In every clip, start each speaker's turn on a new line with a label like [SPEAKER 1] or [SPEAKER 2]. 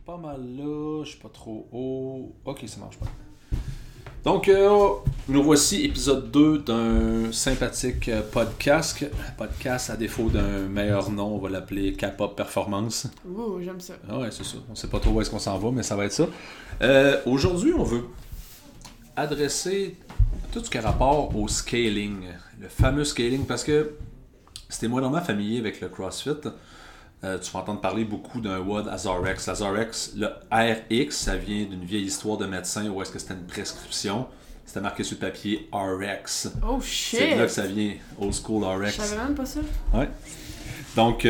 [SPEAKER 1] pas mal là, je suis pas trop haut. Ok, ça marche pas. Donc, nous voici épisode 2 d'un sympathique podcast. Podcast à défaut d'un meilleur nom, on va l'appeler K-Pop Performance.
[SPEAKER 2] Ouh, j'aime ça.
[SPEAKER 1] Ah ouais, c'est ça. On sait pas trop où est-ce qu'on s'en va, mais ça va être ça. Aujourd'hui, on veut adresser tout ce qui a rapport au scaling. Le fameux scaling, parce que c'était moindrement familier avec le CrossFit. Tu vas entendre parler beaucoup d'un WOD AZAREX. AZAREX, le RX, ça vient d'une vieille histoire de médecin où est-ce que c'était une prescription. C'était marqué sur le papier RX.
[SPEAKER 2] Oh shit!
[SPEAKER 1] C'est de là que ça vient, old school RX.
[SPEAKER 2] Je savais même pas ça.
[SPEAKER 1] Ouais. Donc,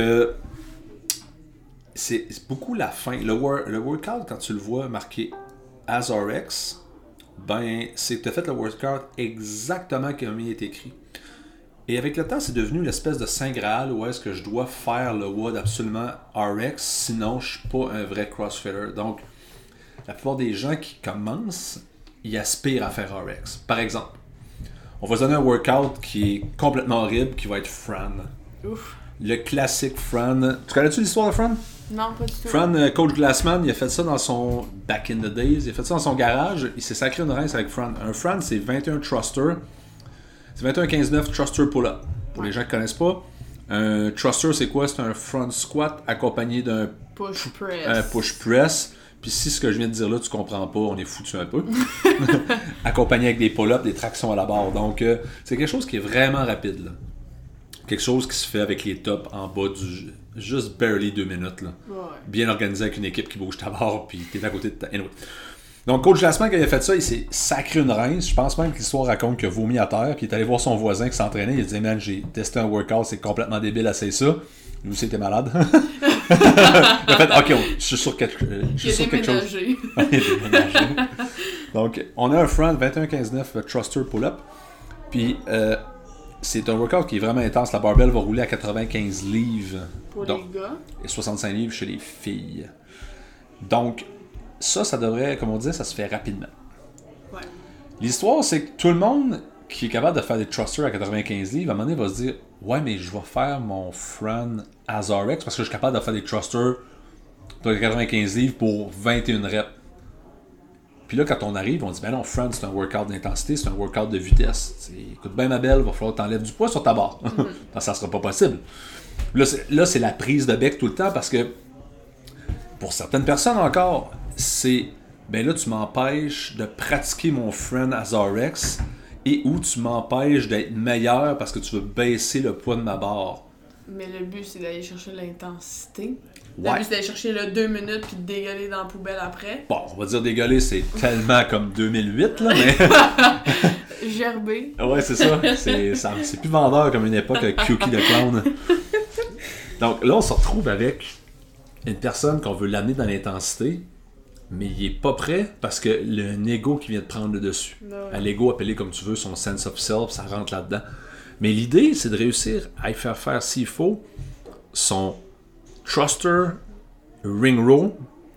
[SPEAKER 1] c'est beaucoup la fin. Le workout, quand tu le vois marqué AZAREX, ben, c'est que tu as fait le workout exactement comme il est écrit. Et avec le temps, c'est devenu l'espèce de Saint Graal où est-ce que je dois faire le WOD absolument RX, sinon je suis pas un vrai CrossFitter. Donc, la plupart des gens qui commencent, ils aspirent à faire RX. Par exemple, on va se donner un workout qui est complètement horrible, qui va être Fran.
[SPEAKER 2] Ouf.
[SPEAKER 1] Le classique Fran. Tu connais-tu l'histoire de Fran?
[SPEAKER 2] Non, pas du tout.
[SPEAKER 1] Fran, Coach Glassman, il a fait ça dans son... Back in the days, il a fait ça dans son garage. Il s'est sacré une rince avec Fran. Un Fran, c'est 21 thruster. C'est 21-15-9 thruster pull-up. Pour les gens qui ne connaissent pas, un thruster, c'est quoi? C'est un front squat accompagné d'un
[SPEAKER 2] push press.
[SPEAKER 1] Un push press. Puis si ce que je viens de dire là, tu comprends pas, on est foutu un peu. Accompagné avec des pull-ups, des tractions à la barre. Donc, c'est quelque chose qui est vraiment rapide, là. Quelque chose qui se fait avec les tops en bas du... Juste barely 2 minutes, là.
[SPEAKER 2] Ouais.
[SPEAKER 1] Bien organisé avec une équipe qui bouge ta barre, puis t'es à côté de ta... Anyway. Donc, Coach Glassman, quand il a fait ça, il s'est sacré une rince. Je pense même que l'histoire raconte qu'il a vomi à terre, puis il est allé voir son voisin qui s'entraînait. Il a dit, man, j'ai testé un workout, c'est complètement débile, essaye ça. Lui aussi, il était malade. Il a fait, ok, je suis sur quelque chose.
[SPEAKER 2] Il a déménagé.
[SPEAKER 1] Il a déménagé. Donc, on a un front 21-15-9 thruster pull-up. Puis, c'est un workout qui est vraiment intense. La barbell va rouler à 95 livres.
[SPEAKER 2] Pour
[SPEAKER 1] donc,
[SPEAKER 2] les gars.
[SPEAKER 1] Et 65 livres chez les filles. Donc, ça devrait, comme on disait, ça se fait rapidement.
[SPEAKER 2] Ouais.
[SPEAKER 1] L'histoire, c'est que tout le monde qui est capable de faire des thrusters à 95 livres, à un moment donné, va se dire « Ouais, mais je vais faire mon Fran AZAREX parce que je suis capable de faire des thrusters de 95 livres pour 21 reps. » Puis là, quand on arrive, on dit « Ben non, Fran, c'est un workout d'intensité, c'est un workout de vitesse. Écoute bien, ma belle, il va falloir que tu enlèves du poids sur ta barre. Mm-hmm. Ça sera pas possible. » Là, c'est la prise de bec tout le temps parce que pour certaines personnes encore, c'est ben là tu m'empêches de pratiquer mon Fran AZAREX et ou tu m'empêches d'être meilleur parce que tu veux baisser le poids de ma barre.
[SPEAKER 2] Mais le but c'est d'aller chercher l'intensité.
[SPEAKER 1] Ouais.
[SPEAKER 2] Le but c'est d'aller chercher le 2 minutes puis de dégueuler dans la poubelle après.
[SPEAKER 1] Bon, on va dire dégueuler, c'est tellement comme 2008 là, mais...
[SPEAKER 2] Gerber.
[SPEAKER 1] Ouais, c'est ça. C'est plus vendeur comme une époque avec Kyuki le clown. Donc là, on se retrouve avec une personne qu'on veut l'amener dans l'intensité, mais il est pas prêt parce que le ego qui vient de prendre le dessus.
[SPEAKER 2] Ouais.
[SPEAKER 1] L'ego, appelé comme tu veux, son sense of self, ça rentre là-dedans. Mais l'idée, c'est de réussir à y faire faire, s'il faut, son thruster ring row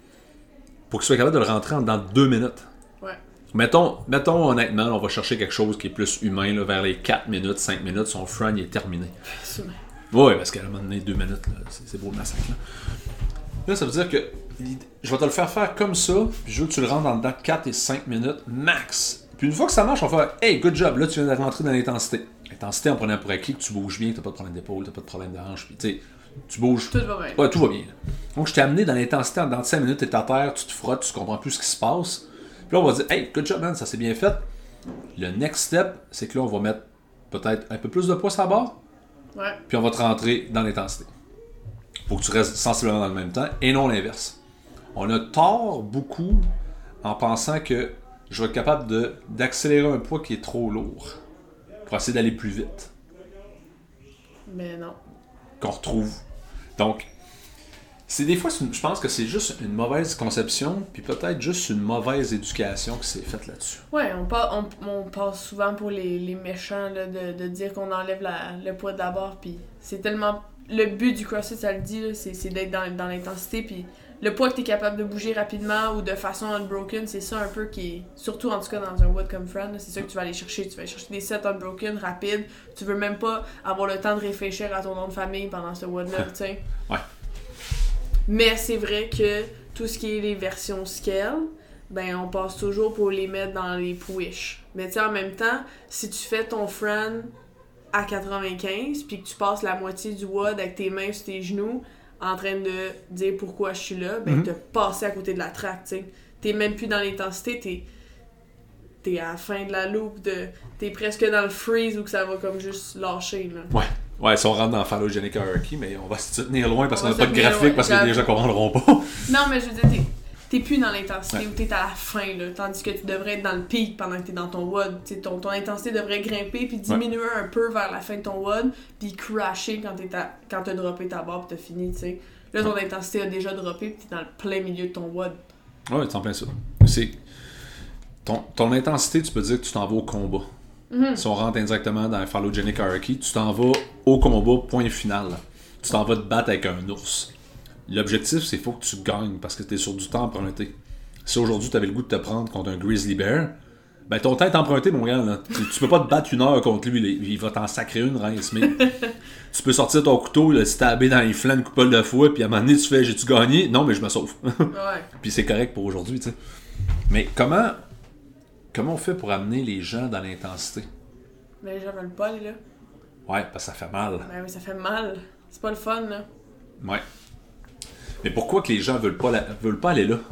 [SPEAKER 1] pour qu'il soit capable de le rentrer dans 2 minutes.
[SPEAKER 2] Ouais.
[SPEAKER 1] Mettons honnêtement, on va chercher quelque chose qui est plus humain, là, vers les 4 minutes, 5 minutes, son front il est terminé. Oui, parce qu'à un moment donné, 2 minutes, là, c'est beau le massacre. Là, ça veut dire que je vais te le faire comme ça, puis je veux que tu le rentres dans 4 et 5 minutes max. Puis une fois que ça marche, on va faire « Hey, good job, là tu viens de rentrer dans l'intensité. » L'intensité, en prenant pour acquis que tu bouges bien, que tu n'as pas de problème d'épaule, tu n'as pas de problème de hanche, puis tu sais, tu bouges.
[SPEAKER 2] Tout va bien.
[SPEAKER 1] Ouais, tout va bien. Donc je t'ai amené dans l'intensité, dans 5 minutes, tu es à terre, tu te frottes, tu comprends plus ce qui se passe. Puis là, on va dire « Hey, good job, man, ça s'est bien fait. » Le next step, c'est que là, on va mettre peut-être un peu plus de poids sur la barre.
[SPEAKER 2] Ouais.
[SPEAKER 1] Puis on va te rentrer dans l'intensité. Pour que tu restes sensiblement dans le même temps et non l'inverse. On a tort beaucoup en pensant que je vais être capable d'accélérer un poids qui est trop lourd pour essayer d'aller plus vite.
[SPEAKER 2] Mais non.
[SPEAKER 1] Qu'on retrouve. Donc, c'est des fois, je pense que c'est juste une mauvaise conception, puis peut-être juste une mauvaise éducation qui s'est faite là-dessus.
[SPEAKER 2] Ouais, on passe souvent pour les méchants là, de dire qu'on enlève le poids de la barre, puis c'est tellement... Le but du CrossFit, ça le dit, là, c'est d'être dans l'intensité, puis le poids que tu es capable de bouger rapidement ou de façon unbroken, c'est ça un peu qui est... Surtout, en tout cas, dans un WOD comme Fran, c'est ça que tu vas aller chercher. Tu vas aller chercher des sets unbroken, rapides. Tu veux même pas avoir le temps de réfléchir à ton nom de famille pendant ce WOD-là, tu sais.
[SPEAKER 1] Ouais.
[SPEAKER 2] Mais c'est vrai que tout ce qui est les versions scale, ben on passe toujours pour les mettre dans les push. Mais tu sais, en même temps, si tu fais ton front à 95 puis que tu passes la moitié du WOD avec tes mains sur tes genoux en train de dire pourquoi je suis là, ben t'as passé à côté de la track, tu sais. T'es même plus dans l'intensité, t'es à la fin de la loop, t'es presque dans le freeze où que ça va comme juste lâcher, là.
[SPEAKER 1] Ouais, si on rentre dans Phallogenic Hierarchy, mais on va se tenir loin parce qu'on n'a pas de graphique parce que les gens ne comprendront pas.
[SPEAKER 2] Non, mais je veux dire, t'es plus dans l'intensité ou t'es à la fin, là, tandis que tu devrais être dans le pic pendant que t'es dans ton WOD. Ton intensité devrait grimper puis diminuer un peu vers la fin de ton WOD puis crasher quand t'as droppé ta barre pis t'as fini, tu sais. Là, ton intensité a déjà droppé pis t'es dans le plein milieu de ton WOD.
[SPEAKER 1] Ouais, c'est en plein ça. C'est... Ton intensité, tu peux dire que tu t'en vas au combat. Si on rentre indirectement dans la Phallogenic Hierarchy, tu t'en vas au combat, point final. Tu t'en vas te battre avec un ours. L'objectif, c'est qu'il faut que tu gagnes parce que tu es sur du temps emprunté. Si aujourd'hui tu avais le goût de te prendre contre un grizzly bear, ben ton temps est emprunté, mon gars. Là. Tu peux pas te battre 1 heure contre lui, il va t'en sacrer une rince. Mais tu peux sortir ton couteau, le stabber dans les flancs une coupole de fouet, puis à un moment donné, tu fais j'ai-tu gagné? Non, mais je me sauve. Puis c'est correct pour aujourd'hui, tu sais. Mais comment on fait pour amener les gens dans l'intensité?
[SPEAKER 2] Mais les gens veulent pas aller là.
[SPEAKER 1] Ouais, parce que ça fait mal.
[SPEAKER 2] Ben oui, ça fait mal. C'est pas le fun, là.
[SPEAKER 1] Ouais. Mais pourquoi que les gens veulent pas aller là?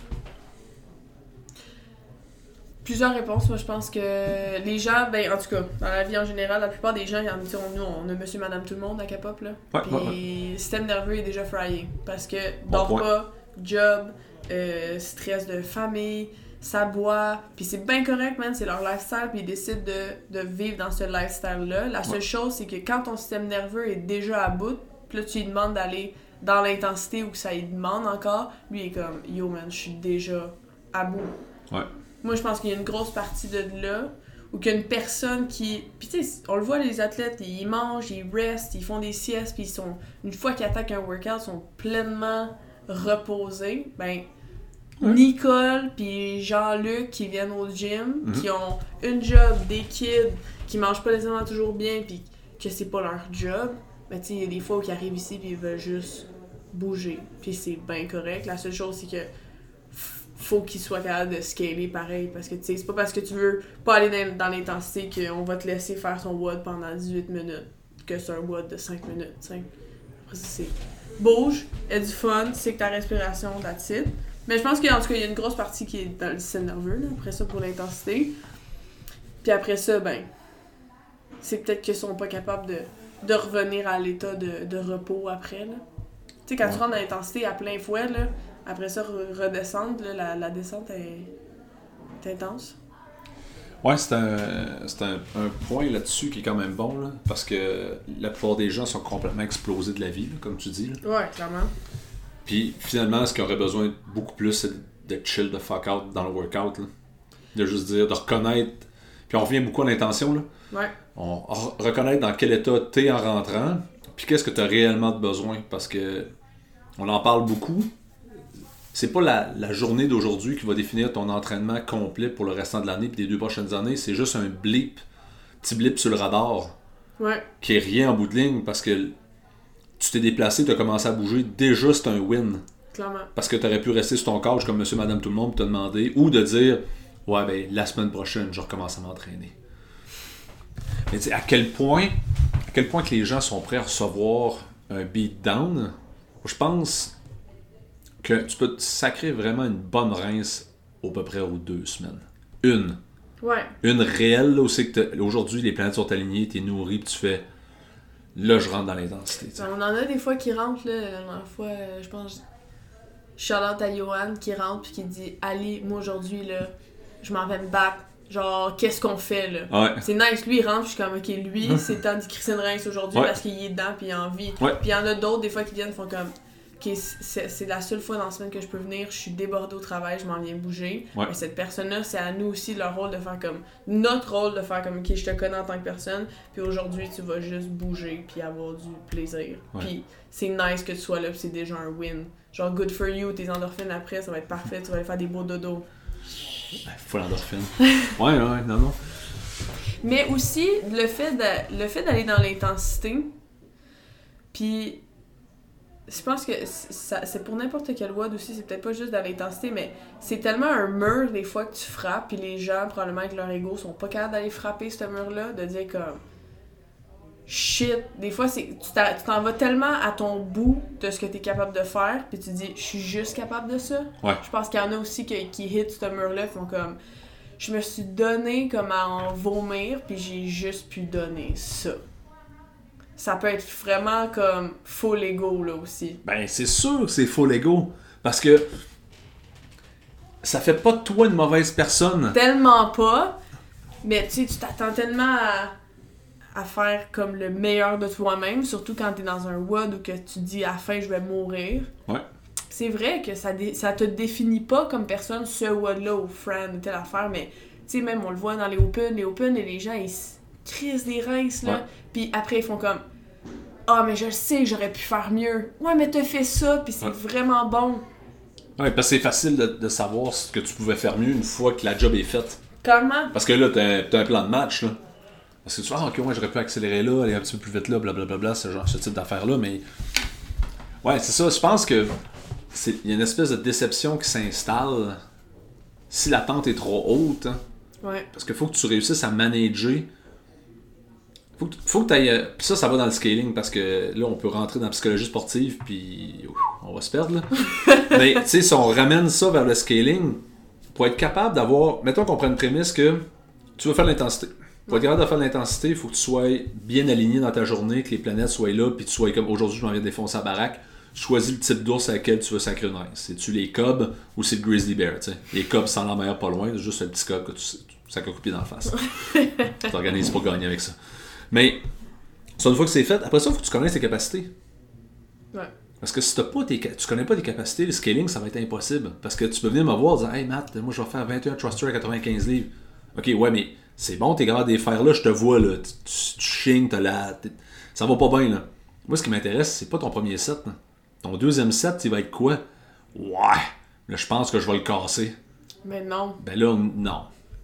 [SPEAKER 2] Plusieurs réponses. Moi, je pense que les gens, ben en tout cas, dans la vie en général, la plupart des gens, nous, on a monsieur, madame, tout le monde à K-pop, là. Puis le système nerveux est déjà fryé. Parce que dort pas, job, stress de famille, ça boit, puis c'est bien correct, man, c'est leur lifestyle, puis ils décident de vivre dans ce lifestyle-là. La seule chose, c'est que quand ton système nerveux est déjà à bout, puis là, tu lui demandes d'aller dans l'intensité ou que ça lui demande encore, lui, il est comme « Yo, man, je suis déjà à bout. » Moi, je pense qu'il y a une grosse partie de là, où qu'il y a une personne qui... Puis tu sais, on le voit, les athlètes, ils mangent, ils restent, ils font des siestes, puis ils sont... Une fois qu'ils attaquent un workout, ils sont pleinement reposés. Ben, Nicole puis Jean-Luc qui viennent au gym, qui ont une job, des kids, qui mangent pas nécessairement toujours bien, puis que c'est pas leur job, mais tu sais, il y a des fois où ils arrivent ici puis ils veulent juste bouger, puis c'est bien correct. La seule chose, c'est que faut qu'ils soient capables de scaler pareil, parce que tu sais, c'est pas parce que tu veux pas aller dans l'intensité qu'on va te laisser faire ton WOD pendant 18 minutes, que c'est un WOD de 5 minutes, t'sais. Après ça, c'est bouge, aie du fun, c'est que ta respiration, that's it. Mais je pense qu'en tout cas, il y a une grosse partie qui est dans le système nerveux, là, après ça, pour l'intensité. Puis après ça, ben, c'est peut-être qu'ils sont pas capables de revenir à l'état de repos après, là. Tu sais, quand tu rentres dans l'intensité à plein fouet, là, après ça, redescendre, là, la descente est intense.
[SPEAKER 1] Ouais, c'est un point là-dessus qui est quand même bon, là, parce que la plupart des gens sont complètement explosés de la vie, là, comme tu dis. Là.
[SPEAKER 2] Ouais, clairement.
[SPEAKER 1] Puis finalement, ce qu'il aurait besoin beaucoup plus, c'est de chill the fuck out dans le workout. Là. De juste dire, de reconnaître. Puis on revient beaucoup à l'intention. Là.
[SPEAKER 2] Ouais.
[SPEAKER 1] On reconnaître dans quel état t'es en rentrant. Puis qu'est-ce que t'as réellement de besoin. Parce que on en parle beaucoup. C'est pas la journée d'aujourd'hui qui va définir ton entraînement complet pour le restant de l'année puis des 2 prochaines années. C'est juste un petit blip sur le radar.
[SPEAKER 2] Ouais.
[SPEAKER 1] Qui est rien en bout de ligne parce que tu t'es déplacé, tu as commencé à bouger, déjà c'est un win.
[SPEAKER 2] Clairement.
[SPEAKER 1] Parce que tu aurais pu rester sur ton couch comme monsieur, madame, tout le monde, te demander, ou de dire, ouais, ben la semaine prochaine, je recommence à m'entraîner. Mais tu sais, à quel point que les gens sont prêts à recevoir un beatdown, je pense que tu peux te sacrer vraiment une bonne rince à peu près aux 2 semaines.
[SPEAKER 2] Ouais.
[SPEAKER 1] Une réelle, là, où c'est que aujourd'hui, les planètes sont alignées, tu es nourri, puis tu fais... Là, je rentre dans l'intensité. T'sais.
[SPEAKER 2] On en a des fois qui rentrent, là. La dernière fois, je pense, shout-out à Johan qui rentre puis qui dit « Ali, moi aujourd'hui, là, je m'en vais me battre. Genre, qu'est-ce qu'on fait, là?
[SPEAKER 1] Ouais. » C'est
[SPEAKER 2] nice. Lui, il rentre puis je suis comme « Ok, lui, c'est le temps d'y crisser une rince aujourd'hui parce qu'il est dedans puis il a envie. » Puis il y en a d'autres, des fois, qui viennent font comme « Ok, c'est la seule fois dans la semaine que je peux venir, je suis débordée au travail, je m'en viens bouger. » Mais cette personne-là, c'est à nous aussi leur rôle de faire comme... Notre rôle de faire comme « Ok, je te connais en tant que personne, puis aujourd'hui, tu vas juste bouger puis avoir du plaisir. » Puis c'est nice que tu sois là puis c'est déjà un win. Genre, good for you, tes endorphines après, ça va être parfait, tu vas aller faire des beaux dodos.
[SPEAKER 1] Full endorphine. ouais, non.
[SPEAKER 2] Mais aussi, le fait d'aller dans l'intensité, puis je pense que c'est pour n'importe quel WOD aussi, c'est peut-être pas juste dans l'intensité, mais c'est tellement un mur des fois que tu frappes, puis les gens, probablement avec leur ego, sont pas capables d'aller frapper ce mur-là, de dire comme shit. Des fois, tu t'en vas tellement à ton bout de ce que t'es capable de faire, puis tu dis je suis juste capable de ça.
[SPEAKER 1] Ouais.
[SPEAKER 2] Je pense qu'il y en a aussi qui hit ce mur-là, font comme je me suis donné comme à en vomir, puis j'ai juste pu donner ça. Ça peut être vraiment comme faux ego là aussi.
[SPEAKER 1] Ben, c'est sûr que c'est faux ego. Parce que ça fait pas de toi une mauvaise personne.
[SPEAKER 2] Tellement pas. Mais tu sais, tu t'attends tellement à faire comme le meilleur de toi-même, surtout quand t'es dans un WOD où que tu dis à la fin je vais mourir.
[SPEAKER 1] Ouais.
[SPEAKER 2] C'est vrai que ça te définit pas comme personne, ce WOD-là ou friend ou telle affaire, mais tu sais, même on le voit dans les Open, et les gens ils se crissent des rinces là.
[SPEAKER 1] Ouais.
[SPEAKER 2] Puis après ils font comme ah, mais je sais, j'aurais pu faire mieux. Ouais, mais t'as fait ça, puis c'est vraiment bon.
[SPEAKER 1] Ouais, parce que c'est facile de savoir ce que tu pouvais faire mieux une fois que la job est faite.
[SPEAKER 2] Comment?
[SPEAKER 1] Parce que là, t'as un plan de match, là. Parce que tu vois, ok, ouais, j'aurais pu accélérer là, aller un petit peu plus vite là, blablabla, ce type d'affaires-là, mais... Ouais, c'est ça, je pense que il y a une espèce de déception qui s'installe si l'attente est trop haute. Hein.
[SPEAKER 2] Ouais.
[SPEAKER 1] Parce qu'il faut que tu réussisses à manager... Faut que tu ailles. Puis ça va dans le scaling parce que là, on peut rentrer dans la psychologie sportive, puis on va se perdre là. Mais tu sais, si on ramène ça vers le scaling, pour être capable d'avoir. Mettons qu'on prenne une prémisse que tu veux faire de l'intensité. Pour être capable de faire de l'intensité, il faut que tu sois bien aligné dans ta journée, que les planètes soient là, puis tu sois comme aujourd'hui, je m'en viens défoncer la baraque. Tu choisis le type d'ours à laquelle tu veux synchroniser. C'est-tu les cubs ou c'est le grizzly bear, tu sais. Les cubs sans la meilleure pas loin, c'est juste le petit cub que tu s'accroupis dans la face. Tu t'organises pour gagner avec ça. Mais, une fois que c'est fait, après ça, il faut que tu connaisses tes capacités.
[SPEAKER 2] Ouais.
[SPEAKER 1] Parce que si tu connais pas tes capacités, le scaling, ça va être impossible. Parce que tu peux venir me voir et dire « Hey Matt, moi je vais faire 21 thrusters à 95 livres. » Ok, ouais, mais c'est bon, t'es capable de les faire là, je te vois, là. Tu chignes, ça va pas bien, là. Moi, ce qui m'intéresse, c'est pas ton premier set. Là. Ton deuxième set, il va être quoi? Ouais, là, je pense que je vais le casser.
[SPEAKER 2] Mais non.
[SPEAKER 1] Ben là, non.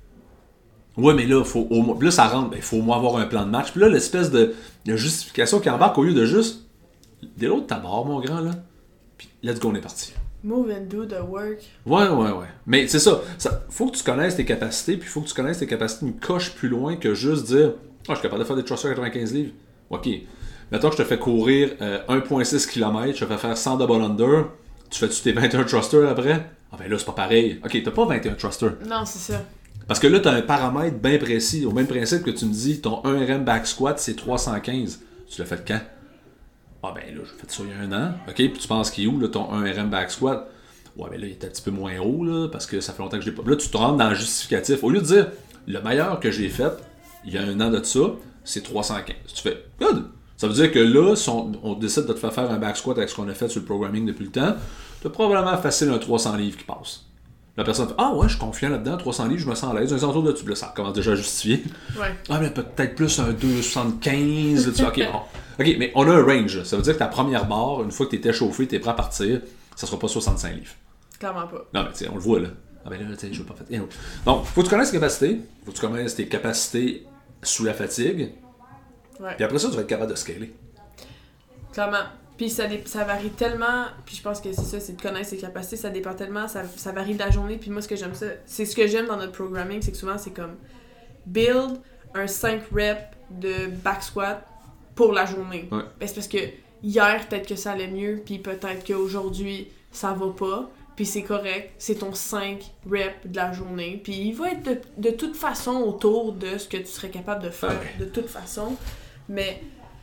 [SPEAKER 1] Ouais, mais là, là ça rentre, il faut au moins avoir un plan de match. Puis là, l'espèce de justification qui embarque au lieu de juste dès l'autre tabord, mon grand, là. Puis let's go, on est parti.
[SPEAKER 2] Move and do the work.
[SPEAKER 1] Ouais. Mais c'est ça. Faut que tu connaisses tes capacités, puis il faut que tu connaisses tes capacités une coche plus loin que juste dire je suis capable de faire des thrusters à 95 livres. Ok. Mettons que je te fais courir 1,6 km, je te fais faire 100 double under, tu fais-tu tes 21 thrusters après? Ah ben là, c'est pas pareil. Ok, t'as pas 21 thrusters.
[SPEAKER 2] Non, c'est ça.
[SPEAKER 1] Parce que là, tu as un paramètre bien précis, au même principe que tu me dis, ton 1RM back squat, c'est 315. Tu l'as fait quand? Ah ben là, j'ai fait ça il y a un an. OK, puis tu penses qu'il est où, là, ton 1RM back squat? Ouais, mais là, il est un petit peu moins haut, là, parce que ça fait longtemps que je l'ai pas... Là, tu te rentres dans le justificatif. Au lieu de dire, le meilleur que j'ai fait, il y a un an de ça, c'est 315. Tu fais, good! Ça veut dire que là, si on décide de te faire un back squat avec ce qu'on a fait sur le programming depuis le temps, tu as probablement facile un 300 livres qui passe. La personne fait « Ah ouais, je suis confiant là-dedans, 300 livres, je me sens à l'aise. » Un centre de dessus, là, ça commence déjà à justifier.
[SPEAKER 2] Ouais.
[SPEAKER 1] Ah, mais peut-être plus un 275. OK, bon. OK, mais on a un range. Ça veut dire que ta première barre, une fois que tu es échauffé, tu es prêt à partir, ça sera pas 65 livres.
[SPEAKER 2] Clairement pas.
[SPEAKER 1] Non, mais tu sais, on le voit là. Ah, ben là, tu sais, je veux pas faire. Donc, faut que tu connaisses tes capacités. Faut que tu connaisses tes capacités sous la fatigue.
[SPEAKER 2] Ouais.
[SPEAKER 1] Puis après ça, tu vas être capable de scaler.
[SPEAKER 2] Clairement. Puis ça varie tellement, puis je pense que c'est ça, c'est de connaître ses capacités, ça dépend tellement, ça varie de la journée, puis moi ce que j'aime ça, c'est ce que j'aime dans notre programming, c'est que souvent c'est comme build un 5 reps de back squat pour la journée.
[SPEAKER 1] Ouais.
[SPEAKER 2] Ben, c'est parce que hier peut-être que ça allait mieux, puis peut-être qu'aujourd'hui ça va pas, puis c'est correct, c'est ton 5 reps de la journée, puis il va être de toute façon autour de ce que tu serais capable de faire, de toute façon, mais...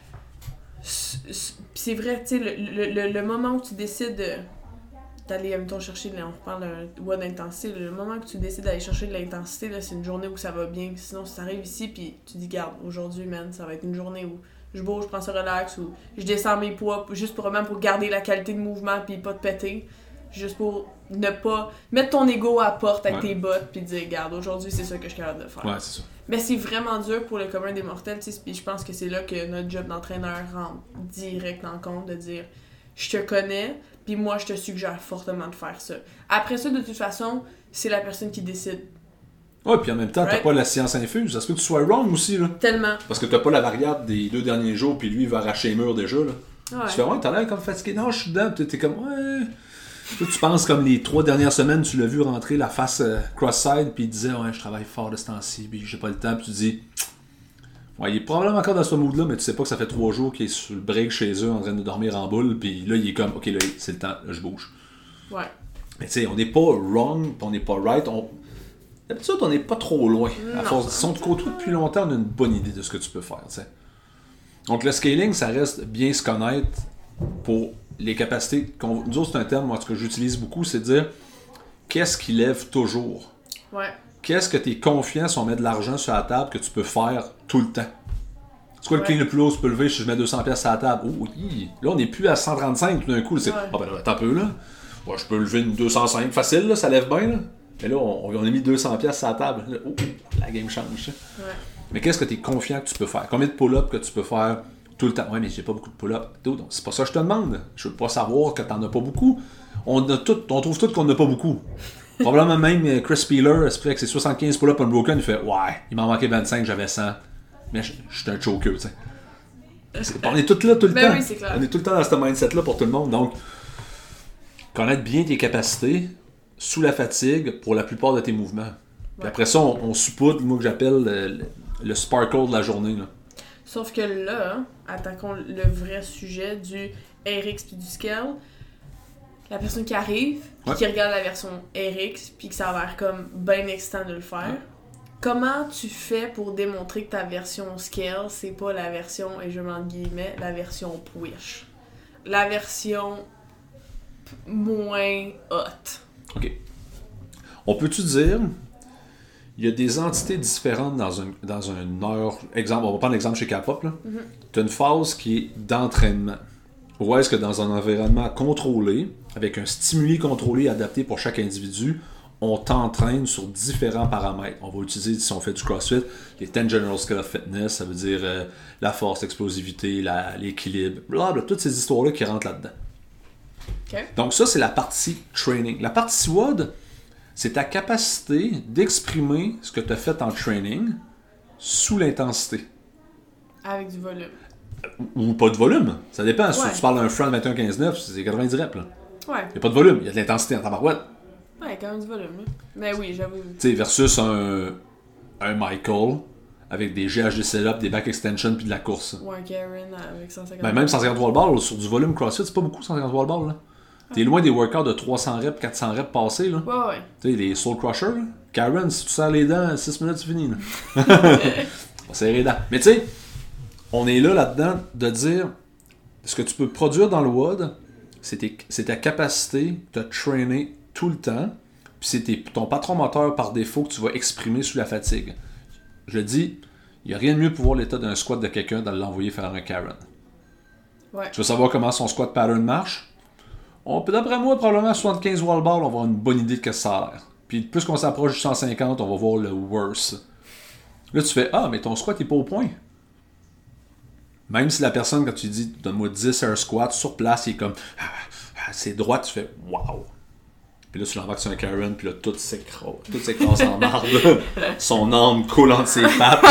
[SPEAKER 2] c'est vrai, tu sais, le moment où tu décides d'aller, mettons, chercher, on reparle d'un WOD d'intensité, le moment que tu décides d'aller chercher de l'intensité, là, c'est une journée où ça va bien. Sinon, si t'arrives ici, puis tu dis, garde, aujourd'hui, man, ça va être une journée où je bouge, je prends ça relax, ou je descends mes poids, juste pour garder la qualité de mouvement, puis pas te péter. Juste pour ne pas mettre ton ego à porte avec tes bottes, puis dire, garde, aujourd'hui, c'est ça que je suis capable de faire.
[SPEAKER 1] Ouais, c'est ça.
[SPEAKER 2] Mais c'est vraiment dur pour le commun des mortels, tu sais, puis je pense que c'est là que notre job d'entraîneur rentre direct en compte, de dire je te connais, puis moi je te suggère fortement de faire ça. Après ça, de toute façon, c'est la personne qui décide.
[SPEAKER 1] Ouais, puis en même temps, t'as pas la science infuse, ça se peut que tu sois wrong aussi, là.
[SPEAKER 2] Tellement.
[SPEAKER 1] Parce que t'as pas la variable des 2 derniers jours, puis lui, il va arracher les murs déjà, là.
[SPEAKER 2] Ouais.
[SPEAKER 1] Tu fais, ouais, t'as l'air comme fatigué. Non, je suis dedans. Puis t'es comme, ouais. Toi, tu penses comme les 3 dernières semaines, tu l'as vu rentrer la face cross-side, puis il disait, ouais, je travaille fort de ce temps-ci, puis j'ai pas le temps. Puis tu dis, ouais, il est probablement encore dans ce mood-là, mais tu sais pas que ça fait 3 jours qu'il est sur le break chez eux en train de dormir en boule, puis là, il est comme, ok, là, c'est le temps, là, je bouge.
[SPEAKER 2] Ouais.
[SPEAKER 1] Mais tu sais, on n'est pas wrong, puis on n'est pas right. D'habitude, on n'est pas trop loin. À force, si on te côtoie depuis longtemps, on a une bonne idée de ce que tu peux faire, tu sais. Donc, le scaling, ça reste bien se connaître pour les capacités. Nous autres, c'est un terme, moi, que j'utilise beaucoup, c'est de dire qu'est-ce qui lève toujours.
[SPEAKER 2] Ouais.
[SPEAKER 1] Qu'est-ce que tu es confiant si on met de l'argent sur la table que tu peux faire tout le temps? C'est quoi le clean le plus haut que tu peux lever si je mets 200$ sur la table? Oh oui! Là, on n'est plus à 135 tout d'un coup. C'est, ah ben là, attends un peu là. Ouais, je peux lever une 205 facile, là, ça lève bien. Là. Mais là, on a mis 200$ sur la table. Là, oh, la game change.
[SPEAKER 2] Ouais.
[SPEAKER 1] Mais qu'est-ce que tu es confiant que tu peux faire? Combien de pull-ups que tu peux faire tout le temps? Ouais, mais j'ai pas beaucoup de pull-ups. Donc, c'est pas ça que je te demande. Je veux pas savoir que t'en as pas beaucoup. On trouve tout qu'on n'a pas beaucoup. Probablement même Chris Spealler, avec ses 75 pull-ups unbroken, il fait ouais, il m'en manquait 25, j'avais 100. Mais je suis un choker, tu sais. On est tous là tout le temps.
[SPEAKER 2] Oui, c'est clair.
[SPEAKER 1] On est tout le temps dans ce mindset-là pour tout le monde. Donc, connaître bien tes capacités sous la fatigue pour la plupart de tes mouvements. Puis après ça, on saupoudre, moi que j'appelle le sparkle de la journée. Là.
[SPEAKER 2] Sauf que là, attaquons le vrai sujet du RX puis du scale. La personne qui arrive, puis qui regarde la version RX, puis que ça a l'air comme bien excitant de le faire. Ouais. Comment tu fais pour démontrer que ta version scale, c'est pas la version, et je mets entre guillemets, la version push? La version moins hot.
[SPEAKER 1] OK. On peut-tu dire, il y a des entités différentes dans une heure. Exemple, on va prendre l'exemple chez K-Pop. Tu as une phase qui est d'entraînement. Ou est-ce que dans un environnement contrôlé, avec un stimuli contrôlé adapté pour chaque individu, on t'entraîne sur différents paramètres. On va utiliser, si on fait du CrossFit, les 10 General Skills of Fitness, ça veut dire la force, l'explosivité, l'équilibre, blablabla, toutes ces histoires-là qui rentrent là-dedans.
[SPEAKER 2] Okay.
[SPEAKER 1] Donc ça, c'est la partie training. La partie WOD, c'est ta capacité d'exprimer ce que tu as fait en training sous l'intensité.
[SPEAKER 2] Avec du volume.
[SPEAKER 1] Ou pas de volume. Ça dépend. Si tu parles d'un front 21-15-9, c'est 90 reps. Là.
[SPEAKER 2] Ouais.
[SPEAKER 1] Il n'y a pas de volume. Il y a de l'intensité en tabarouette.
[SPEAKER 2] Ouais, quand même du volume. Là. Mais oui, j'avoue.
[SPEAKER 1] Tu sais, versus un Michael avec des GHD setup, des back extensions puis de la course.
[SPEAKER 2] Ou un Karen avec 150
[SPEAKER 1] ben, même 150 wall ball, sur du volume CrossFit, c'est pas beaucoup 150 wall ball. Là. T'es loin des workouts de 300 reps, 400 reps passés. Là.
[SPEAKER 2] Ouais.
[SPEAKER 1] Tu sais, les Soul Crushers. Là. Karen, si tu serres les dents, 6 minutes, c'est fini. Là. On va serrer les dents. Mais tu sais, on est là-dedans de dire ce que tu peux produire dans le WOD, c'est ta capacité de trainer tout le temps, puis c'est ton patron moteur par défaut que tu vas exprimer sous la fatigue. Je dis, il n'y a rien de mieux pour voir l'état d'un squat de quelqu'un de l'envoyer faire un Karen.
[SPEAKER 2] Ouais.
[SPEAKER 1] Tu veux savoir comment son squat pattern marche? D'après moi, probablement 75 wall ball, on va avoir une bonne idée de ce que ça a l'air. Puis plus qu'on s'approche du 150, on va voir le worse. Là, tu fais, mais ton squat n'est pas au point. Même si la personne, quand tu dis donne-moi 10 air squats, sur place, il est comme c'est droit, tu fais wow. Puis là, tu l'embarques sur un Karen, puis là, tout s'écrase en marbre. Son âme coule entre ses pattes.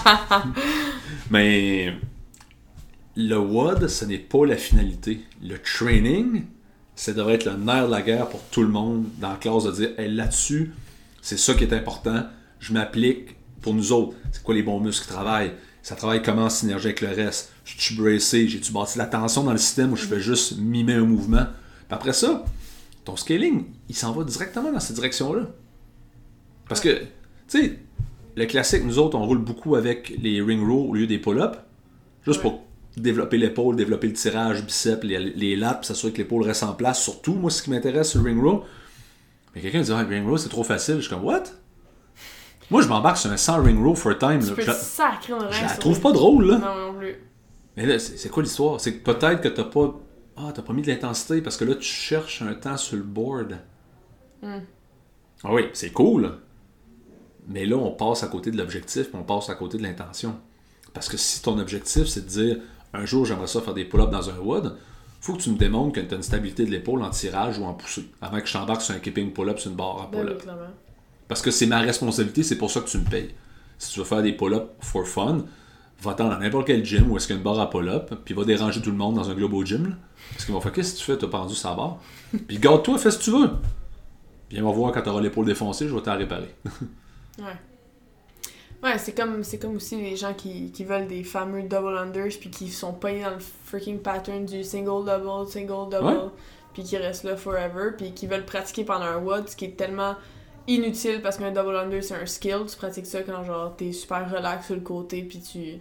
[SPEAKER 1] Mais le WOD, ce n'est pas la finalité. Le training, ça devrait être le nerf de la guerre pour tout le monde dans la classe de dire hey, là-dessus, c'est ça qui est important. Je m'applique pour nous autres. C'est quoi les bons muscles qui travaillent? Ça travaille comment en synergie avec le reste? Je suis bracé, j'ai-tu bâti la tension dans le système où je fais juste mimer un mouvement? Puis après ça, ton scaling, il s'en va directement dans cette direction-là. Parce que, tu sais, le classique, nous autres, on roule beaucoup avec les ring rows au lieu des pull-ups. Juste pour développer l'épaule, développer le tirage, biceps, les lats, puis s'assurer que l'épaule reste en place. Surtout, moi, ce qui m'intéresse sur le ring row, mais quelqu'un dit ring row, c'est trop facile. Je suis comme, what? Moi, je m'embarque sur un 100 ring row for a time.
[SPEAKER 2] Tu peux sacrer un
[SPEAKER 1] je la trouve pas drôle, là.
[SPEAKER 2] Non plus.
[SPEAKER 1] Mais là, c'est quoi l'histoire? C'est que peut-être que t'as pas mis de l'intensité parce que là, tu cherches un temps sur le board. Ah oui, c'est cool. Mais là, on passe à côté de l'objectif puis on passe à côté de l'intention. Parce que si ton objectif, c'est de dire un jour, j'aimerais ça faire des pull-ups dans un WOD, faut que tu me démontres que tu as une stabilité de l'épaule en tirage ou en poussée avant que je t'embarque sur un keeping pull-up sur une barre à pull-up. Parce que c'est ma responsabilité, c'est pour ça que tu me payes. Si tu veux faire des pull-ups for fun, va-t'en dans n'importe quel gym où est-ce qu'il y a une barre à pull-up, puis va déranger tout le monde dans un globo gym. Là. Parce qu'ils vont faire, qu'est-ce que tu fais, t'as pendu sur la barre? Puis garde-toi, fais ce que tu veux. Viens me voir quand t'auras l'épaule défoncée, je vais t'en réparer.
[SPEAKER 2] Ouais. Ouais, c'est comme aussi les gens qui veulent des fameux double unders puis qui sont pognés dans le freaking pattern du single double, puis qui restent là forever, puis qui veulent pratiquer pendant un WOD, ce qui est tellement inutile parce qu'un double under c'est un skill, tu pratiques ça quand genre t'es super relax sur le côté puis tu...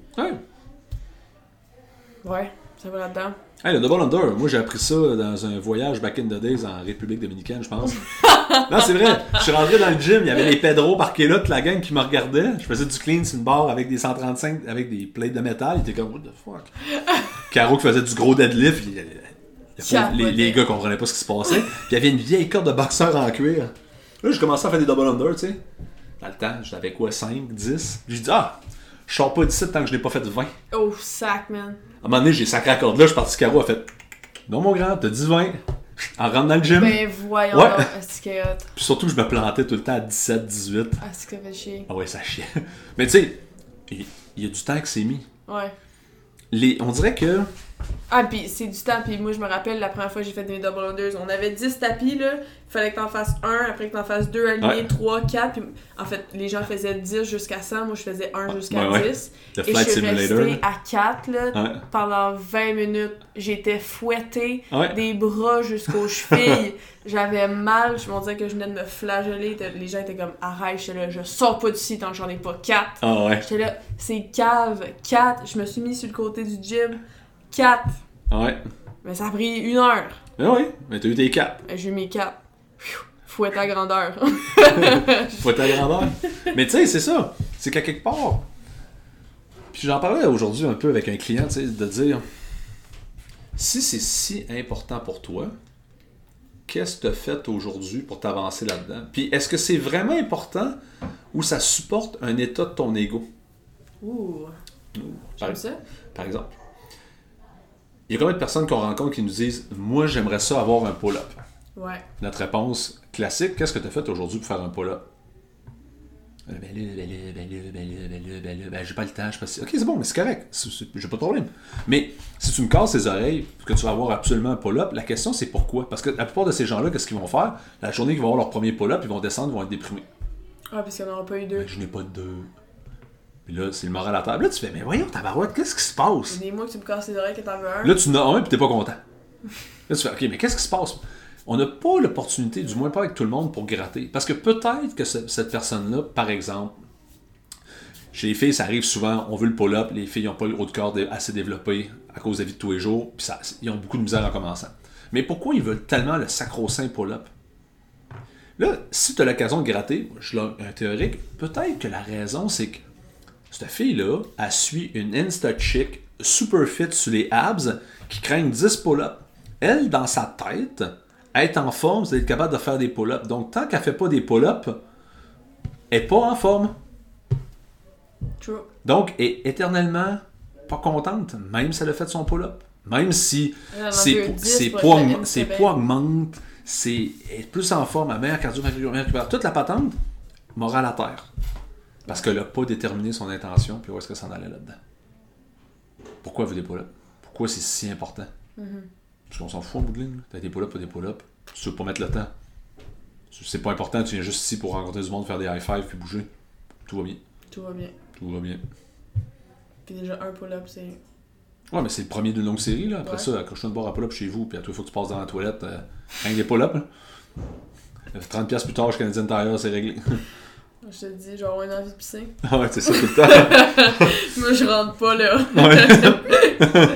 [SPEAKER 2] Ouais, ça va là-dedans.
[SPEAKER 1] Hey, le double under, moi j'ai appris ça dans un voyage back in the days en République Dominicaine, je pense. Non, c'est vrai. Je suis rentré dans le gym, il y avait les Pedro parqués là, toute la gang qui me regardait. Je faisais du clean sur une barre avec des 135, avec des plates de métal. Ils étaient comme, what the fuck? Caro qui faisait du gros deadlift. Les gars comprenaient pas ce qui se passait. Puis il y avait une vieille corde de boxeur en cuir. Là, j'ai commencé à faire des double under, tu sais. Dans le temps, j'avais quoi, 5, 10? Puis j'ai dit, je sors pas d'ici tant que je n'ai pas fait 20.
[SPEAKER 2] Oh, sac, man.
[SPEAKER 1] À un moment donné, j'ai sacré la corde là, je suis parti, Caro a fait, non mon grand, t'as dit 20. En rentre dans le gym.
[SPEAKER 2] Ben voyons donc, est-ce que...
[SPEAKER 1] Puis surtout, je me plantais tout le temps à 17, 18.
[SPEAKER 2] Ah, c'est que ça fait chier.
[SPEAKER 1] Ah ouais, ça chiait. Mais tu sais, il y a du temps que c'est mis.
[SPEAKER 2] Ouais.
[SPEAKER 1] On dirait que...
[SPEAKER 2] Ah, pis c'est du temps, pis moi je me rappelle la première fois que j'ai fait des double unders, on avait 10 tapis là, il fallait que t'en fasses un, après que t'en fasses 2 alignés, 3, 4, puis en fait les gens faisaient 10 jusqu'à 100, moi je faisais 1 jusqu'à 10.
[SPEAKER 1] Le
[SPEAKER 2] et
[SPEAKER 1] flight
[SPEAKER 2] je suis
[SPEAKER 1] simulator.
[SPEAKER 2] restée à 4 là, pendant 20 minutes, j'étais fouettée, des bras jusqu'aux chevilles, j'avais mal, je me disais que je venais de me flageller, les gens étaient comme arrête, j'étais là, je sors pas d'ici tant que j'en ai pas 4.
[SPEAKER 1] Ah ouais.
[SPEAKER 2] J'étais là, c'est cave, 4, je me suis mis sur le côté du gym. 4.
[SPEAKER 1] Ouais.
[SPEAKER 2] Mais ça a pris 1 heure.
[SPEAKER 1] Ben oui, mais t'as eu tes 4.
[SPEAKER 2] J'ai eu mes 4. Fouette à grandeur.
[SPEAKER 1] Fouette à grandeur. Mais tu sais, c'est ça. C'est qu'à quelque part. Puis j'en parlais aujourd'hui un peu avec un client, tu sais, de dire si c'est si important pour toi, qu'est-ce que tu as fait aujourd'hui pour t'avancer là-dedans? Puis est-ce que c'est vraiment important ou ça supporte un état de ton ego?
[SPEAKER 2] Ouh. J'aime ça.
[SPEAKER 1] Par exemple. Il y a combien de personnes qu'on rencontre qui nous disent « Moi, j'aimerais ça avoir un pull-up. »
[SPEAKER 2] Ouais.
[SPEAKER 1] Notre réponse classique, qu'est-ce que tu as fait aujourd'hui pour faire un pull-up? Ben j'ai pas le temps, je passe. Ok, c'est bon, mais c'est correct, j'ai pas de problème. Mais si tu me casses les oreilles, que tu vas avoir absolument un pull-up, la question c'est pourquoi? Parce que la plupart de ces gens-là, qu'est-ce qu'ils vont faire? La journée qu'ils vont avoir leur premier pull-up, ils vont descendre, ils vont être déprimés.
[SPEAKER 2] Ah, parce qu'il n'y en aura pas eu 2.
[SPEAKER 1] Ben, je n'ai pas de 2. Puis là, c'est le moral à table. Là, tu fais, mais voyons, tabarouette, qu'est-ce qui se passe?
[SPEAKER 2] C'est des mois que tu me casses les oreilles que t'en veux un.
[SPEAKER 1] Là, tu en as un, puis t'es pas content. Là, tu fais, ok, mais qu'est-ce qui se passe? On n'a pas l'opportunité, du moins pas avec tout le monde, pour gratter. Parce que peut-être que cette personne-là, par exemple, chez les filles, ça arrive souvent, on veut le pull-up, les filles n'ont pas le haut de corps assez développé à cause de la vie de tous les jours, puis ils ont beaucoup de misère en commençant. Mais pourquoi ils veulent tellement le sacro-saint pull-up? Là, si tu as l'occasion de gratter, je l'ai un théorique, peut-être que la raison, c'est que cette fille-là, elle suit une Insta-chick super fit sur les abs qui craignent 10 pull-ups. Elle, dans sa tête, être en forme, c'est être capable de faire des pull-ups. Donc, tant qu'elle ne fait pas des pull-ups, elle n'est pas en forme.
[SPEAKER 2] True.
[SPEAKER 1] Donc, elle est éternellement pas contente, même si elle a fait son pull-up. Même si ses poids augmentent, elle est plus en forme, elle a meilleure cardio, toute la patente, morale à terre. Parce qu'elle n'a pas déterminé son intention, puis où est-ce qu'elle s'en allait là-dedans. Pourquoi elle veut des pull-ups? Pourquoi c'est si important? Parce qu'on s'en fout en bout de ligne. T'as des pull-ups, pas des pull-ups. Tu veux pas mettre le temps. C'est pas important, tu viens juste ici pour rencontrer du monde, faire des high-five, puis bouger. Tout va bien.
[SPEAKER 2] Tout va bien.
[SPEAKER 1] Tout va bien.
[SPEAKER 2] Puis déjà, un pull-up, c'est...
[SPEAKER 1] Ouais, mais c'est le premier d'une longue série, là. Après ça, accroche-toi une barre à pull-up chez vous, puis à toi, il faut que tu passes dans la toilette. Rien des pull-ups, là. 30$ plus tard, chez Canadian Tire, c'est réglé.
[SPEAKER 2] Je te dis, genre, une envie de pisser.
[SPEAKER 1] Ah ouais, c'est ça tout le temps.
[SPEAKER 2] Moi, je rentre pas, là.
[SPEAKER 1] Ouais.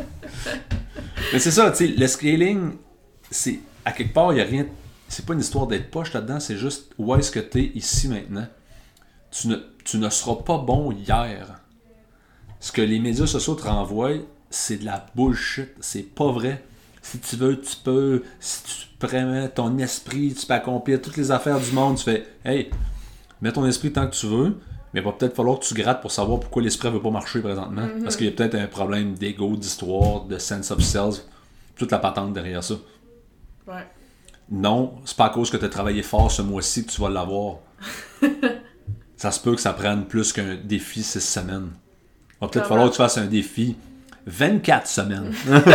[SPEAKER 1] Mais c'est ça, tu sais, le scaling, c'est, à quelque part, il n'y a rien, c'est pas une histoire d'être poche là-dedans, c'est juste où est-ce que tu es ici maintenant. Tu ne seras pas bon hier. Ce que les médias sociaux te renvoient, c'est de la bullshit, c'est pas vrai. Si tu veux, tu peux. Si tu prends ton esprit, tu peux accomplir toutes les affaires du monde, tu fais, hey, mets ton esprit tant que tu veux, mais il va peut-être falloir que tu grattes pour savoir pourquoi l'esprit ne veut pas marcher présentement. Parce qu'il y a peut-être un problème d'ego, d'histoire, de sense of self, toute la patente derrière ça.
[SPEAKER 2] Ouais.
[SPEAKER 1] Non, c'est pas à cause que tu as travaillé fort ce mois-ci que tu vas l'avoir. Ça se peut que ça prenne plus qu'un défi 6 semaines. va peut-être falloir que tu fasses un défi 24 semaines.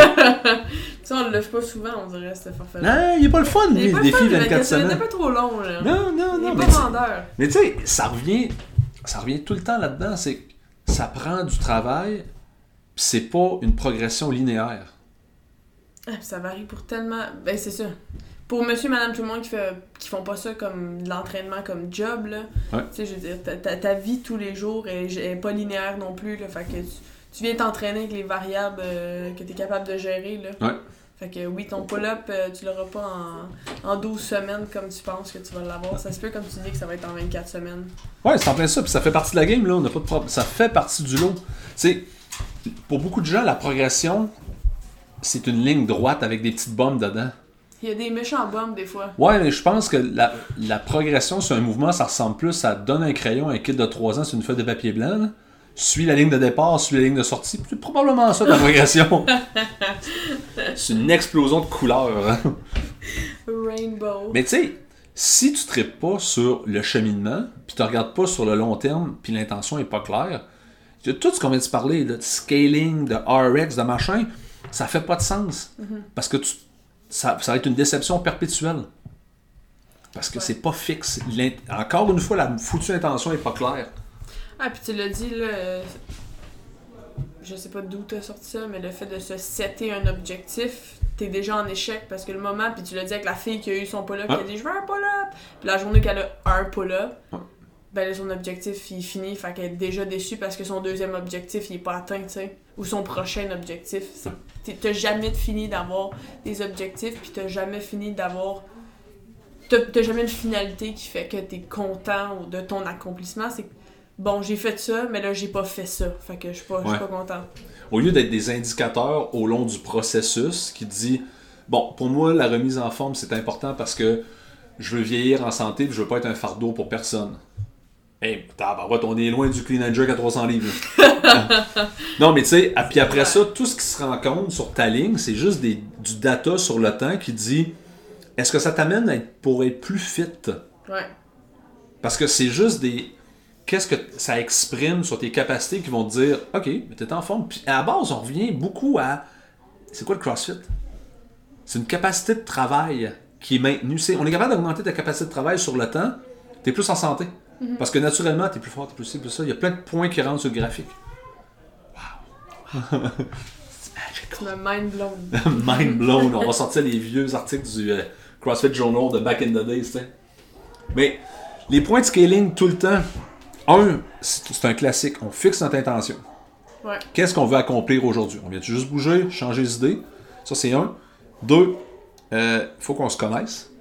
[SPEAKER 2] Ça, on le lève pas souvent, on dirait, ce forfait.
[SPEAKER 1] Non, il est pas le fun, lui, le défi 24 semaines.
[SPEAKER 2] C'est un peu trop long, là.
[SPEAKER 1] Non.
[SPEAKER 2] Il est pas vendeur.
[SPEAKER 1] Mais tu sais, ça revient tout le temps là-dedans. C'est que ça prend du travail, pis c'est pas une progression linéaire.
[SPEAKER 2] Ah, ça varie pour tellement... Ben, c'est ça. Pour monsieur, madame, tout le monde qui font pas ça comme de l'entraînement comme job, là.
[SPEAKER 1] Ouais.
[SPEAKER 2] Tu sais, je veux dire, ta vie tous les jours est pas linéaire non plus, là. Fait que tu viens t'entraîner avec les variables que t'es capable de gérer, là.
[SPEAKER 1] Ouais.
[SPEAKER 2] Fait que oui, ton pull-up, tu l'auras pas en 12 semaines comme tu penses que tu vas l'avoir. Ça se peut, comme tu dis, que ça va être en 24 semaines.
[SPEAKER 1] Ouais, c'est en plein ça, puis ça fait partie de la game, là. On n'a pas de problème. Ça fait partie du lot. Tu sais, pour beaucoup de gens, la progression, c'est une ligne droite avec des petites bombes dedans.
[SPEAKER 2] Il y a des méchants bombes, des fois.
[SPEAKER 1] Ouais, mais je pense que la progression sur un mouvement, ça ressemble plus à donne un crayon à un kid de 3 ans sur une feuille de papier blanc, là. Suis la ligne de départ, suis la ligne de sortie. C'est probablement ça, ta progression. C'est une explosion de couleurs. Hein?
[SPEAKER 2] Rainbow.
[SPEAKER 1] Mais tu sais, si tu ne traites pas sur le cheminement, puis tu ne regardes pas sur le long terme, puis l'intention n'est pas claire, tout ce qu'on vient de parler, de scaling, de RX, de machin, ça fait pas de sens. Parce que ça va être une déception perpétuelle. Parce que c'est pas fixe. Encore une fois, la foutue intention n'est pas claire.
[SPEAKER 2] Ah, puis tu l'as dit, là, je sais pas d'où t'as sorti ça, mais le fait de se setter un objectif, t'es déjà en échec parce que le moment, puis tu l'as dit avec la fille qui a eu son pull-up, qui a dit « Je veux un pull-up! » Puis la journée qu'elle a un pull-up, ben là, son objectif, il finit, fait qu'elle est déjà déçue parce que son deuxième objectif, il est pas atteint, tu sais. Ou son prochain objectif. T'as jamais fini d'avoir des objectifs, puis t'as jamais fini d'avoir... T'as jamais une finalité qui fait que t'es content de ton accomplissement. C'est bon, j'ai fait ça, mais là, j'ai pas fait ça. Fait que je suis pas content.
[SPEAKER 1] Au lieu d'être des indicateurs au long du processus qui dit, bon, pour moi, la remise en forme, c'est important parce que je veux vieillir en santé et je veux pas être un fardeau pour personne. Hey, on est loin du clean and jerk à 300 livres. Non, mais tu sais, puis après ça, tout ce qui se rencontre sur ta ligne, c'est juste du data sur le temps qui dit, est-ce que ça t'amène pour être plus fit?
[SPEAKER 2] Ouais.
[SPEAKER 1] Parce que c'est juste qu'est-ce que ça exprime sur tes capacités qui vont te dire « Ok, mais t'es en forme. » Puis à la base, on revient beaucoup à... C'est quoi le CrossFit? C'est une capacité de travail qui est maintenue. On est capable d'augmenter ta capacité de travail sur le temps. T'es plus en santé. Parce que naturellement, t'es plus fort, t'es plus ci, plus ça. Il y a plein de points qui rentrent sur le graphique. Wow!
[SPEAKER 2] C'est mind blown.
[SPEAKER 1] Mind blown. On va sortir les vieux articles du CrossFit Journal de back in the days, tu sais. Mais les points de scaling tout le temps... c'est un classique. On fixe notre intention.
[SPEAKER 2] Ouais.
[SPEAKER 1] Qu'est-ce qu'on veut accomplir aujourd'hui? On vient juste bouger, changer d'idée. Ça, c'est un. 2, faut qu'on se connaisse.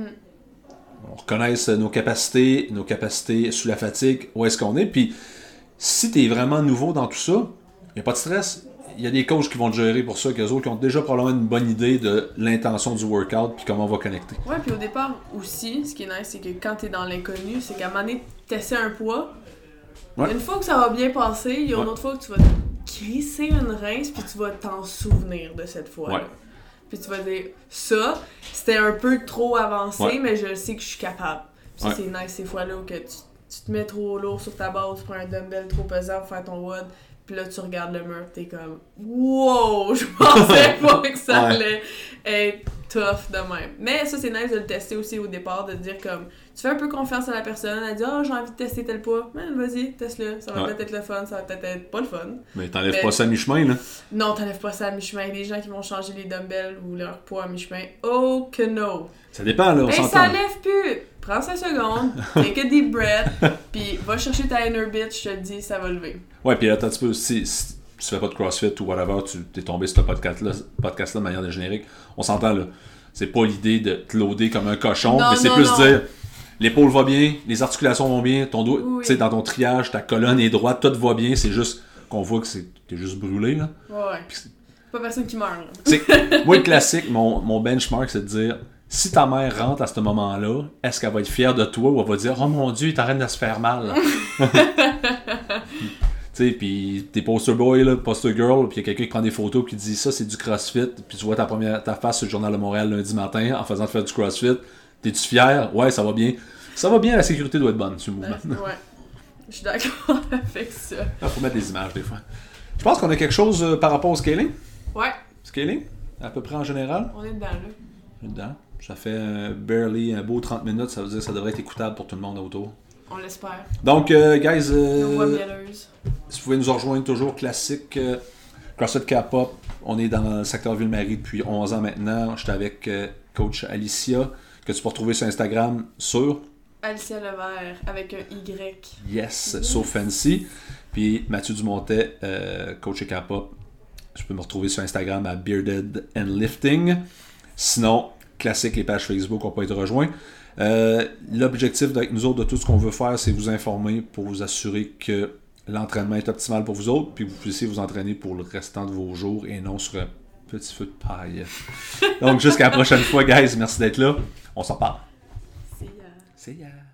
[SPEAKER 1] On reconnaisse nos capacités sous la fatigue, où est-ce qu'on est. Puis, si tu es vraiment nouveau dans tout ça, il n'y a pas de stress. Il y a des coachs qui vont te gérer pour ça, qu'eux autres qui ont déjà probablement une bonne idée de l'intention du workout puis comment on va connecter.
[SPEAKER 2] Ouais, puis au départ aussi, ce qui est nice, c'est que quand tu es dans l'inconnu, c'est qu'à un moment donné, tu essaies un poids. Ouais. Une fois que ça va bien passer, il y a une autre fois que tu vas crisser une rince puis tu vas t'en souvenir de cette fois-là. Ouais. Puis tu vas dire, ça, c'était un peu trop avancé, mais je sais que je suis capable. Puis c'est nice ces fois-là où que tu te mets trop lourd sur ta base, tu prends un dumbbell trop pesant pour faire ton WOD, puis là tu regardes le mur, t'es comme, wow, je pensais pas que ça allait être tough de même. Mais ça, c'est nice de le tester aussi au départ, de dire comme, tu fais un peu confiance à la personne, elle dit « Ah, j'ai envie de tester tel poids. » Vas-y, teste-le. Ça va peut-être être le fun, ça va peut-être être pas le fun.
[SPEAKER 1] Mais t'enlèves pas ça à mi-chemin, là? Non,
[SPEAKER 2] t'enlèves pas ça à mi-chemin. Il y a des gens qui vont changer les dumbbells ou leur poids à mi-chemin. Oh que no!
[SPEAKER 1] Ça dépend, là, on s'entend.
[SPEAKER 2] Ça lève plus! Prends 5 secondes, take a deep breath, puis va chercher ta inner bitch, je te dis, ça va lever.
[SPEAKER 1] Ouais, puis attends un petit peu, si tu fais pas de CrossFit ou whatever, tu t'es tombé sur ce podcast-là de manière de générique, on s'entend, là. C'est pas l'idée de te loader comme un cochon, mais c'est plus dire... L'épaule va bien, les articulations vont bien, ton dos, tu sais, dans ton triage, ta colonne est droite, tout va bien, c'est juste qu'on voit que t'es juste brûlé, là.
[SPEAKER 2] Ouais. C'est pas personne qui meurt, là.
[SPEAKER 1] Moi, le classique, mon benchmark, c'est de dire, si ta mère rentre à ce moment-là, est-ce qu'elle va être fière de toi ou elle va dire, oh mon Dieu, il t'arrête de se faire mal. Tu sais, pis t'es poster boy, là, poster girl, pis y a quelqu'un qui prend des photos qui dit, ça, c'est du CrossFit, puis tu vois ta face sur le Journal de Montréal lundi matin en faisant faire du CrossFit. T'es-tu fier? Ouais, ça va bien. Ça va bien, la sécurité doit être bonne, ce mouvement.
[SPEAKER 2] Ouais. Je suis d'accord avec ça.
[SPEAKER 1] Il faut mettre des images des fois. Je pense qu'on a quelque chose par rapport au scaling.
[SPEAKER 2] Ouais.
[SPEAKER 1] Scaling, à peu près en général.
[SPEAKER 2] On est dedans, là.
[SPEAKER 1] On est dedans. Ça fait barely un beau 30 minutes, ça veut dire que ça devrait être écoutable pour tout le monde autour.
[SPEAKER 2] On l'espère.
[SPEAKER 1] Donc, guys,
[SPEAKER 2] Nos voix mielleuses.
[SPEAKER 1] si vous pouvez nous rejoindre, toujours classique CrossFit K-Pop. On est dans le secteur Ville-Marie depuis 11 ans maintenant. J'étais avec coach Alicia, que tu peux retrouver sur Instagram sur
[SPEAKER 2] Alicia Levert avec un Y.
[SPEAKER 1] Yes, So Fancy. Puis Mathieu Dumontet, coach K-Pop. Je peux me retrouver sur Instagram à Bearded and Lifting. Sinon, classique, les pages Facebook, on peut être rejoints. L'objectif avec nous autres de tout ce qu'on veut faire, c'est vous informer pour vous assurer que l'entraînement est optimal pour vous autres, puis que vous puissiez vous entraîner pour le restant de vos jours et non sur un petit feu de paille. Donc, jusqu'à la prochaine fois, guys. Merci d'être là. On s'en parle.
[SPEAKER 2] See ya.
[SPEAKER 1] See ya.